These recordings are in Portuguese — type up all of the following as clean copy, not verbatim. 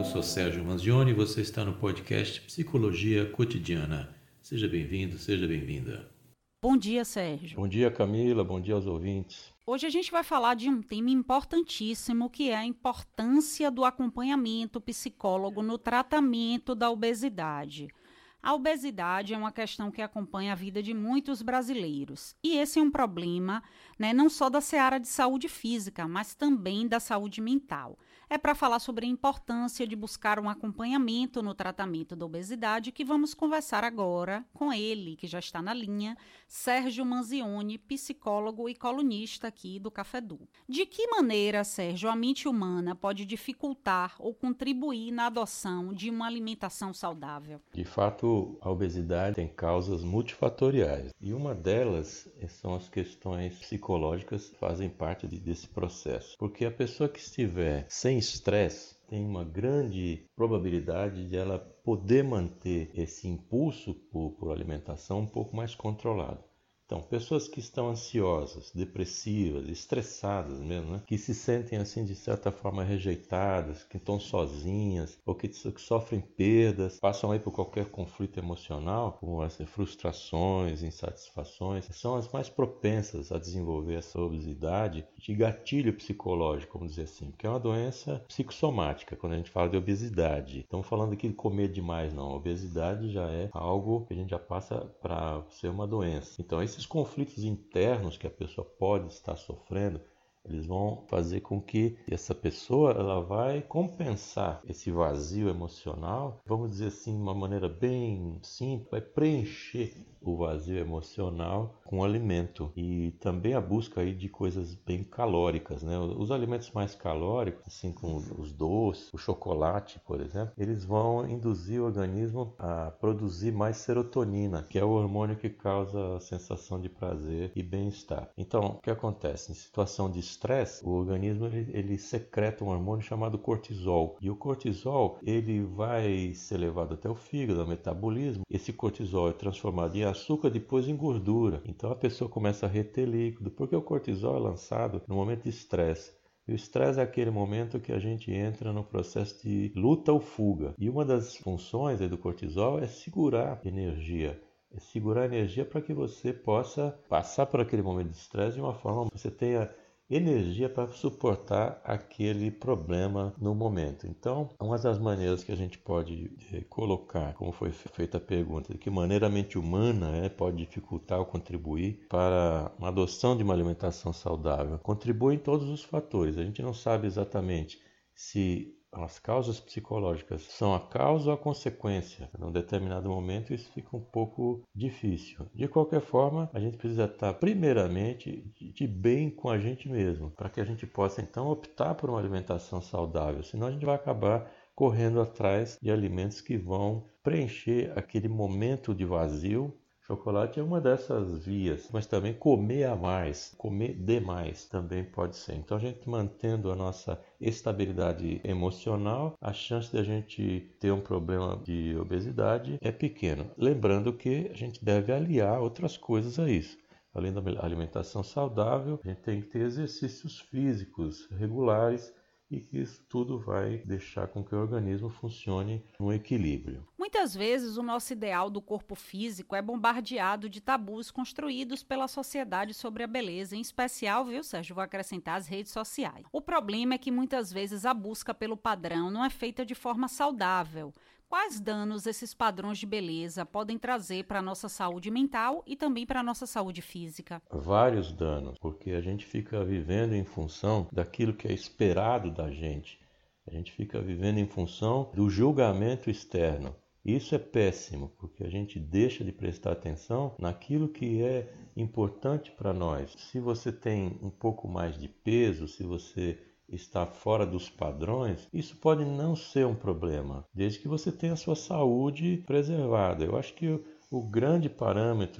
sou Sérgio Manzioni e você está no podcast Psicologia Cotidiana. Seja bem-vindo, seja bem-vinda. Bom dia, Sérgio. Bom dia, Camila. Bom dia aos ouvintes. Hoje a gente vai falar de um tema importantíssimo, que é a importância do acompanhamento psicólogo no tratamento da obesidade. A obesidade é uma questão que acompanha a vida de muitos brasileiros. E esse é um problema, não só da seara de saúde física, mas também da saúde mental. É para falar sobre a importância de buscar um acompanhamento no tratamento da obesidade que vamos conversar agora com ele, que já está na linha, Sérgio Manzioni, psicólogo e colunista aqui do Cafedu. De que maneira, Sérgio, a mente humana pode dificultar ou contribuir na adoção de uma alimentação saudável? De fato, a obesidade tem causas multifatoriais e uma delas são as questões psicológicas que fazem parte desse processo. Porque a pessoa que estiver sem estresse tem uma grande probabilidade de ela poder manter esse impulso por alimentação um pouco mais controlado. Então, pessoas que estão ansiosas, depressivas, estressadas mesmo, que se sentem assim de certa forma rejeitadas, que estão sozinhas ou que sofrem perdas, passam aí por qualquer conflito emocional, como as frustrações, insatisfações, são as mais propensas a desenvolver essa obesidade de gatilho psicológico, vamos dizer assim, porque é uma doença psicossomática quando a gente fala de obesidade. Estamos falando aqui de comer demais, não. A obesidade já é algo que a gente já passa para ser uma doença. Então, esses conflitos internos que a pessoa pode estar sofrendo, eles vão fazer com que essa pessoa ela vai compensar esse vazio emocional, vamos dizer assim, de uma maneira bem simples, vai preencher o vazio emocional com alimento e também a busca aí de coisas bem calóricas, Os alimentos mais calóricos, assim como os doces, o chocolate, por exemplo, eles vão induzir o organismo a produzir mais serotonina, que é o hormônio que causa a sensação de prazer e bem-estar. Então, o que acontece? Em situação de estresse, o organismo ele secreta um hormônio chamado cortisol. E o cortisol ele vai ser levado até o fígado, ao metabolismo. Esse cortisol é transformado em açúcar, depois em gordura. Então a pessoa começa a reter líquido, porque o cortisol é lançado no momento de estresse. E o estresse é aquele momento que a gente entra no processo de luta ou fuga. E uma das funções do cortisol é segurar energia. É segurar energia para que você possa passar por aquele momento de estresse de uma forma que você tenha energia para suportar aquele problema no momento. Então, uma das maneiras que a gente pode colocar, como foi feita a pergunta, de que maneira a mente humana pode dificultar ou contribuir para a adoção de uma alimentação saudável. Contribui em todos os fatores. A gente não sabe exatamente se as causas psicológicas são a causa ou a consequência. Em um determinado momento isso fica um pouco difícil. De qualquer forma, a gente precisa estar primeiramente de bem com a gente mesmo, para que a gente possa então optar por uma alimentação saudável. Senão a gente vai acabar correndo atrás de alimentos que vão preencher aquele momento de vazio. Chocolate é uma dessas vias, mas também comer a mais, comer demais também pode ser. Então a gente mantendo a nossa estabilidade emocional, a chance de a gente ter um problema de obesidade é pequena. Lembrando que a gente deve aliar outras coisas a isso. Além da alimentação saudável, a gente tem que ter exercícios físicos regulares e que isso tudo vai deixar com que o organismo funcione no equilíbrio. Muitas vezes o nosso ideal do corpo físico é bombardeado de tabus construídos pela sociedade sobre a beleza, em especial, viu, Sérgio, vou acrescentar as redes sociais. O problema é que muitas vezes a busca pelo padrão não é feita de forma saudável. Quais danos esses padrões de beleza podem trazer para a nossa saúde mental e também para a nossa saúde física? Vários danos, porque a gente fica vivendo em função daquilo que é esperado da gente. A gente fica vivendo em função do julgamento externo. Isso é péssimo, porque a gente deixa de prestar atenção naquilo que é importante para nós. Se você tem um pouco mais de peso, se você está fora dos padrões, isso pode não ser um problema, desde que você tenha a sua saúde preservada. Eu acho que o grande parâmetro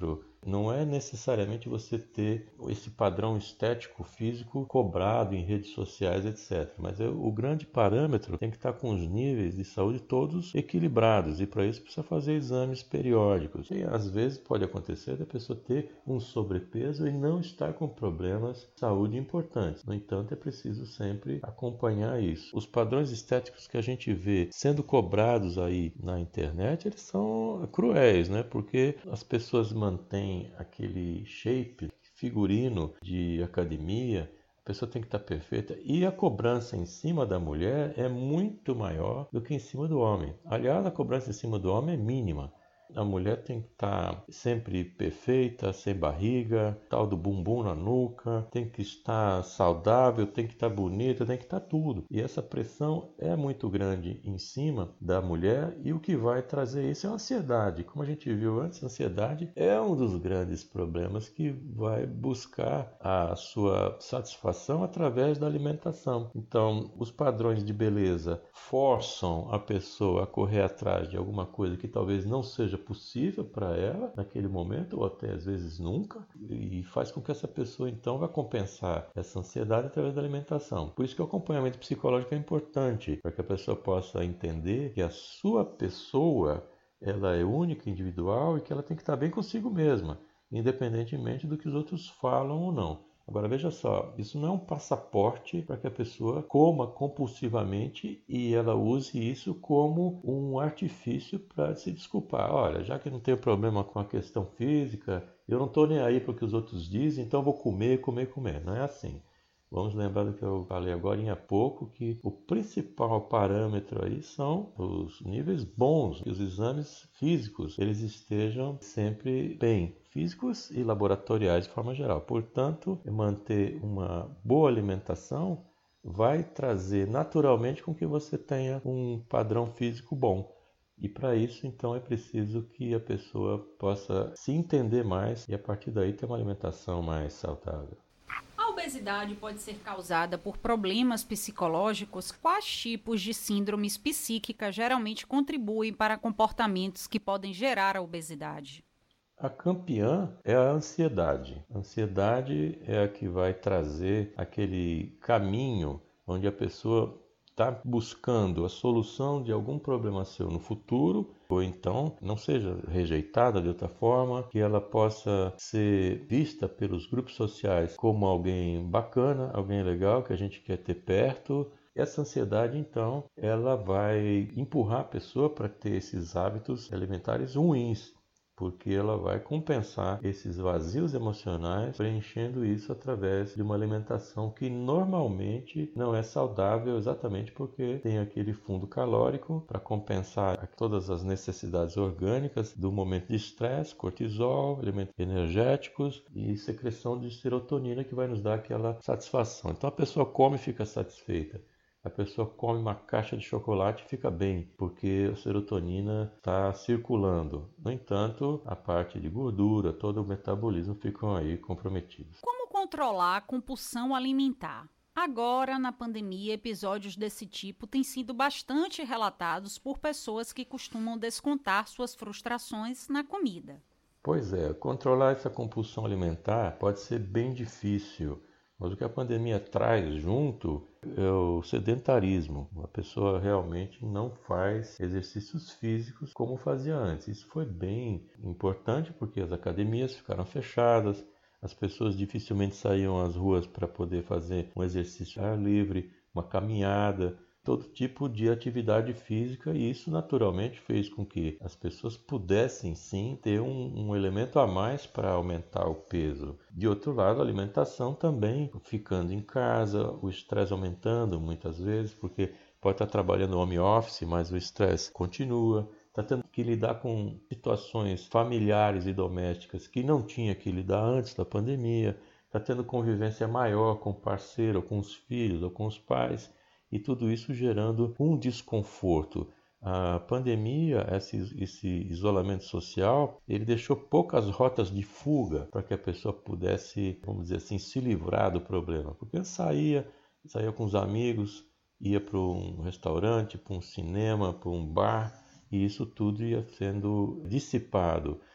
não é necessariamente você ter esse padrão estético físico cobrado em redes sociais, etc. Mas o grande parâmetro tem que estar com os níveis de saúde todos equilibrados, e para isso precisa fazer exames periódicos. E às vezes pode acontecer da pessoa ter um sobrepeso e não estar com problemas de saúde importantes. No entanto, é preciso sempre acompanhar isso. Os padrões estéticos que a gente vê sendo cobrados aí na internet, eles são cruéis, né? Porque as pessoas mantêm aquele shape, figurino de academia, a pessoa tem que estar perfeita, e a cobrança em cima da mulher é muito maior do que em cima do homem. Aliás, a cobrança em cima do homem é mínima. A mulher tem que estar sempre perfeita, sem barriga, tal do bumbum na nuca, tem que estar saudável, tem que estar bonita, tem que estar tudo. E essa pressão é muito grande em cima da mulher, e o que vai trazer isso é a ansiedade. Como a gente viu antes, a ansiedade é um dos grandes problemas que vai buscar a sua satisfação através da alimentação. Então, os padrões de beleza forçam a pessoa a correr atrás de alguma coisa que talvez não seja possível para ela naquele momento, ou até às vezes nunca, e faz com que essa pessoa então vá compensar essa ansiedade através da alimentação. Por isso que o acompanhamento psicológico é importante, para que a pessoa possa entender que a sua pessoa, ela é única, individual, e que ela tem que estar bem consigo mesma, independentemente do que os outros falam ou não. Agora veja só, isso não é um passaporte para que a pessoa coma compulsivamente e ela use isso como um artifício para se desculpar. Olha, já que não tenho problema com a questão física, eu não estou nem aí para o que os outros dizem, então vou comer, comer, comer. Não é assim. Vamos lembrar do que eu falei agora há pouco, que o principal parâmetro aí são os níveis bons, que os exames físicos eles estejam sempre bem, físicos e laboratoriais de forma geral. Portanto, manter uma boa alimentação vai trazer naturalmente com que você tenha um padrão físico bom. E para isso, então, é preciso que a pessoa possa se entender mais e a partir daí ter uma alimentação mais saudável. A obesidade pode ser causada por problemas psicológicos? Quais tipos de síndromes psíquicas geralmente contribuem para comportamentos que podem gerar a obesidade? A campeã é a ansiedade. A ansiedade é a que vai trazer aquele caminho onde a pessoa está buscando a solução de algum problema seu no futuro, ou então não seja rejeitada de outra forma, que ela possa ser vista pelos grupos sociais como alguém bacana, alguém legal que a gente quer ter perto. Essa ansiedade, então, ela vai empurrar a pessoa para ter esses hábitos alimentares ruins, porque ela vai compensar esses vazios emocionais preenchendo isso através de uma alimentação que normalmente não é saudável, exatamente porque tem aquele fundo calórico para compensar todas as necessidades orgânicas do momento de estresse, cortisol, elementos energéticos e secreção de serotonina que vai nos dar aquela satisfação. Então a pessoa come e fica satisfeita. A pessoa come uma caixa de chocolate e fica bem, porque a serotonina está circulando. No entanto, a parte de gordura, todo o metabolismo ficam aí comprometidos. Como controlar a compulsão alimentar? Agora, na pandemia, episódios desse tipo têm sido bastante relatados por pessoas que costumam descontar suas frustrações na comida. Pois é, controlar essa compulsão alimentar pode ser bem difícil. Mas o que a pandemia traz junto é o sedentarismo. A pessoa realmente não faz exercícios físicos como fazia antes. Isso foi bem importante porque as academias ficaram fechadas, as pessoas dificilmente saíam às ruas para poder fazer um exercício ao ar livre, uma caminhada, todo tipo de atividade física, e isso naturalmente fez com que as pessoas pudessem sim ter um elemento a mais para aumentar o peso. De outro lado, a alimentação também, ficando em casa, o estresse aumentando muitas vezes, porque pode estar trabalhando home office, mas o estresse continua. Está tendo que lidar com situações familiares e domésticas que não tinha que lidar antes da pandemia. Está tendo convivência maior com o parceiro, ou com os filhos, ou com os pais. E tudo isso gerando um desconforto. A pandemia, esse isolamento social, ele deixou poucas rotas de fuga para que a pessoa pudesse, vamos dizer assim, se livrar do problema. Porque saía com os amigos, ia para um restaurante, para um cinema, para um bar, e isso tudo ia sendo dissipado.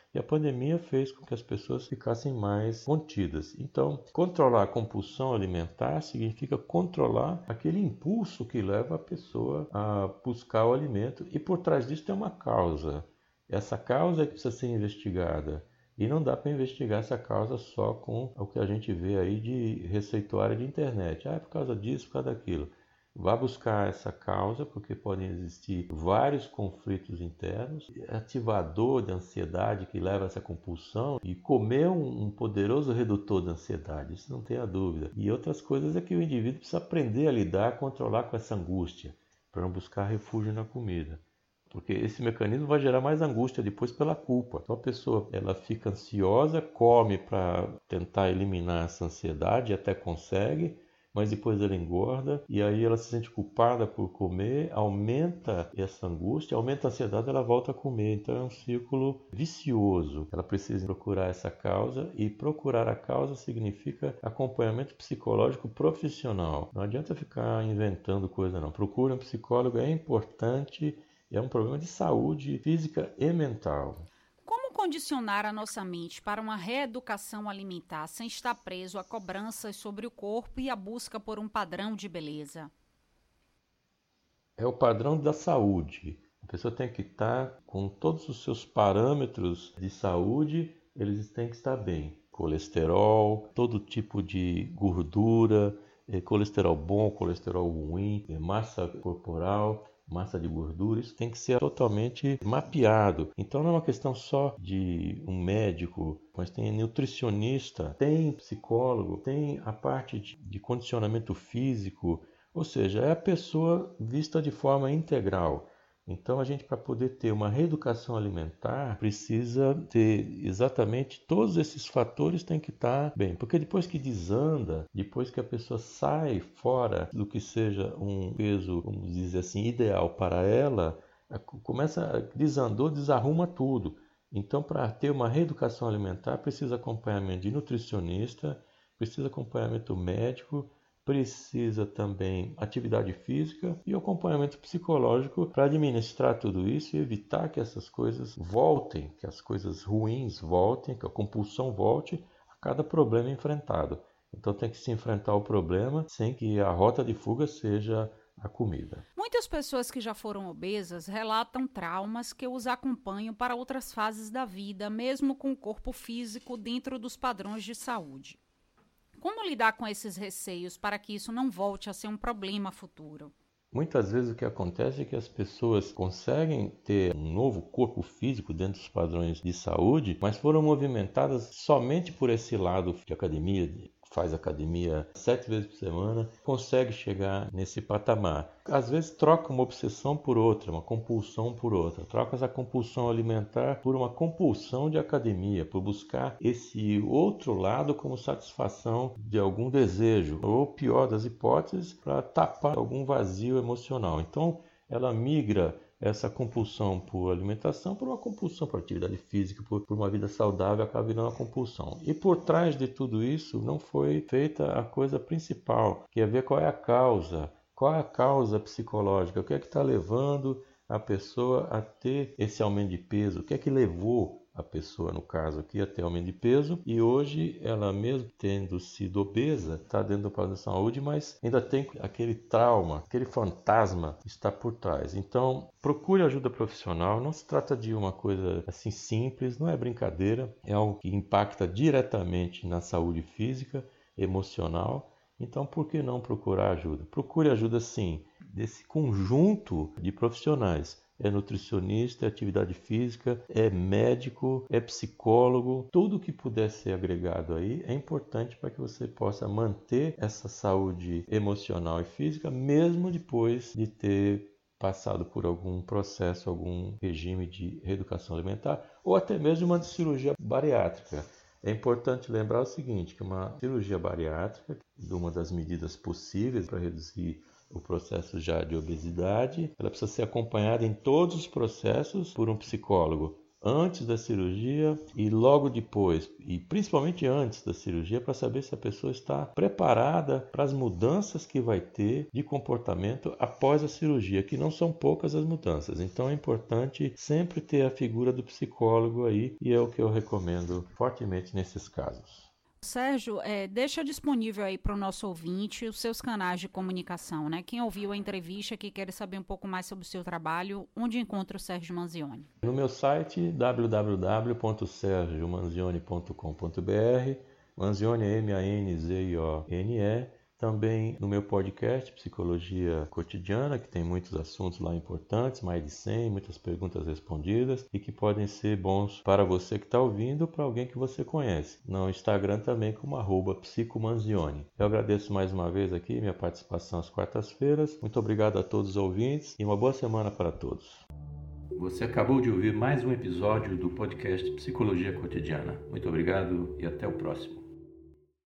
E a pandemia fez com que as pessoas ficassem mais contidas. Então, controlar a compulsão alimentar significa controlar aquele impulso que leva a pessoa a buscar o alimento. E por trás disso tem uma causa. Essa causa é que precisa ser investigada. E não dá para investigar essa causa só com o que a gente vê aí de receituário de internet. É por causa disso, por causa daquilo. Vá buscar essa causa, porque podem existir vários conflitos internos, ativador de ansiedade que leva a essa compulsão, e comer um poderoso redutor de ansiedade, isso não tenha dúvida. E outras coisas é que o indivíduo precisa aprender a lidar, a controlar com essa angústia, para não buscar refúgio na comida. Porque esse mecanismo vai gerar mais angústia depois pela culpa. Então a pessoa ela fica ansiosa, come para tentar eliminar essa ansiedade, até consegue, mas depois ela engorda e aí ela se sente culpada por comer, aumenta essa angústia, aumenta a ansiedade, ela volta a comer. Então é um círculo vicioso. Ela precisa procurar essa causa, e procurar a causa significa acompanhamento psicológico profissional. Não adianta ficar inventando coisa não. Procure um psicólogo, é importante, é um problema de saúde física e mental. Como condicionar a nossa mente para uma reeducação alimentar sem estar preso a cobranças sobre o corpo e a busca por um padrão de beleza? É o padrão da saúde. A pessoa tem que estar com todos os seus parâmetros de saúde, eles têm que estar bem. Colesterol, todo tipo de gordura, colesterol bom, colesterol ruim, massa corporal, massa de gordura, isso tem que ser totalmente mapeado. Então não é uma questão só de um médico, mas tem nutricionista, tem psicólogo, tem a parte de condicionamento físico, ou seja, é a pessoa vista de forma integral. Então a gente, para poder ter uma reeducação alimentar, precisa ter exatamente todos esses fatores, tem que estar bem. Porque depois que desanda, depois que a pessoa sai fora do que seja um peso, vamos dizer assim, ideal para ela, desandou, desarruma tudo. Então, para ter uma reeducação alimentar, precisa acompanhamento de nutricionista, precisa acompanhamento médico, precisa também atividade física e acompanhamento psicológico para administrar tudo isso e evitar que essas coisas voltem, que as coisas ruins voltem, que a compulsão volte a cada problema enfrentado. Então tem que se enfrentar o problema sem que a rota de fuga seja a comida. Muitas pessoas que já foram obesas relatam traumas que os acompanham para outras fases da vida, mesmo com o corpo físico dentro dos padrões de saúde. Como lidar com esses receios para que isso não volte a ser um problema futuro? Muitas vezes o que acontece é que as pessoas conseguem ter um novo corpo físico dentro dos padrões de saúde, mas foram movimentadas somente por esse lado de academia, faz academia 7 vezes por semana, consegue chegar nesse patamar. Às vezes troca uma obsessão por outra, uma compulsão por outra. Troca essa compulsão alimentar por uma compulsão de academia, por buscar esse outro lado como satisfação de algum desejo, ou pior das hipóteses, para tapar algum vazio emocional. Então ela migra essa compulsão por alimentação por uma compulsão por atividade física, por uma vida saudável, acaba virando uma compulsão. E por trás de tudo isso não foi feita a coisa principal, que é ver qual é a causa psicológica, o que é que está levando a pessoa a ter esse aumento de peso, o que é que levou a pessoa, no caso aqui, a ter aumento de peso, e hoje ela mesmo tendo sido obesa, está dentro do padrão de saúde, mas ainda tem aquele trauma, aquele fantasma que está por trás. Então, procure ajuda profissional, não se trata de uma coisa assim simples, não é brincadeira, é algo que impacta diretamente na saúde física, emocional. Então, por que não procurar ajuda? Procure ajuda sim, desse conjunto de profissionais. É nutricionista, é atividade física, é médico, é psicólogo. Tudo que puder ser agregado aí é importante para que você possa manter essa saúde emocional e física, mesmo depois de ter passado por algum processo, algum regime de reeducação alimentar, ou até mesmo uma cirurgia bariátrica. É importante lembrar o seguinte, que uma cirurgia bariátrica, uma das medidas possíveis para reduzir o processo já de obesidade, ela precisa ser acompanhada em todos os processos por um psicólogo. antes da cirurgia e logo depois, e principalmente antes da cirurgia, para saber se a pessoa está preparada para as mudanças que vai ter de comportamento após a cirurgia, que não são poucas as mudanças. Então é importante sempre ter a figura do psicólogo aí, e é o que eu recomendo fortemente nesses casos. Sérgio, deixa disponível aí para o nosso ouvinte os seus canais de comunicação, né? Quem ouviu a entrevista, que quer saber um pouco mais sobre o seu trabalho, onde encontra o Sérgio Manzioni? No meu site, www.sergiomanzioni.com.br, Manzioni é Manzione, também no meu podcast Psicologia Cotidiana, que tem muitos assuntos lá importantes, mais de 100, muitas perguntas respondidas e que podem ser bons para você que está ouvindo ou para alguém que você conhece. No Instagram também como @psicomanzioni. Eu agradeço mais uma vez aqui minha participação às quartas-feiras. Muito obrigado a todos os ouvintes e uma boa semana para todos. Você acabou de ouvir mais um episódio do podcast Psicologia Cotidiana. Muito obrigado e até o próximo.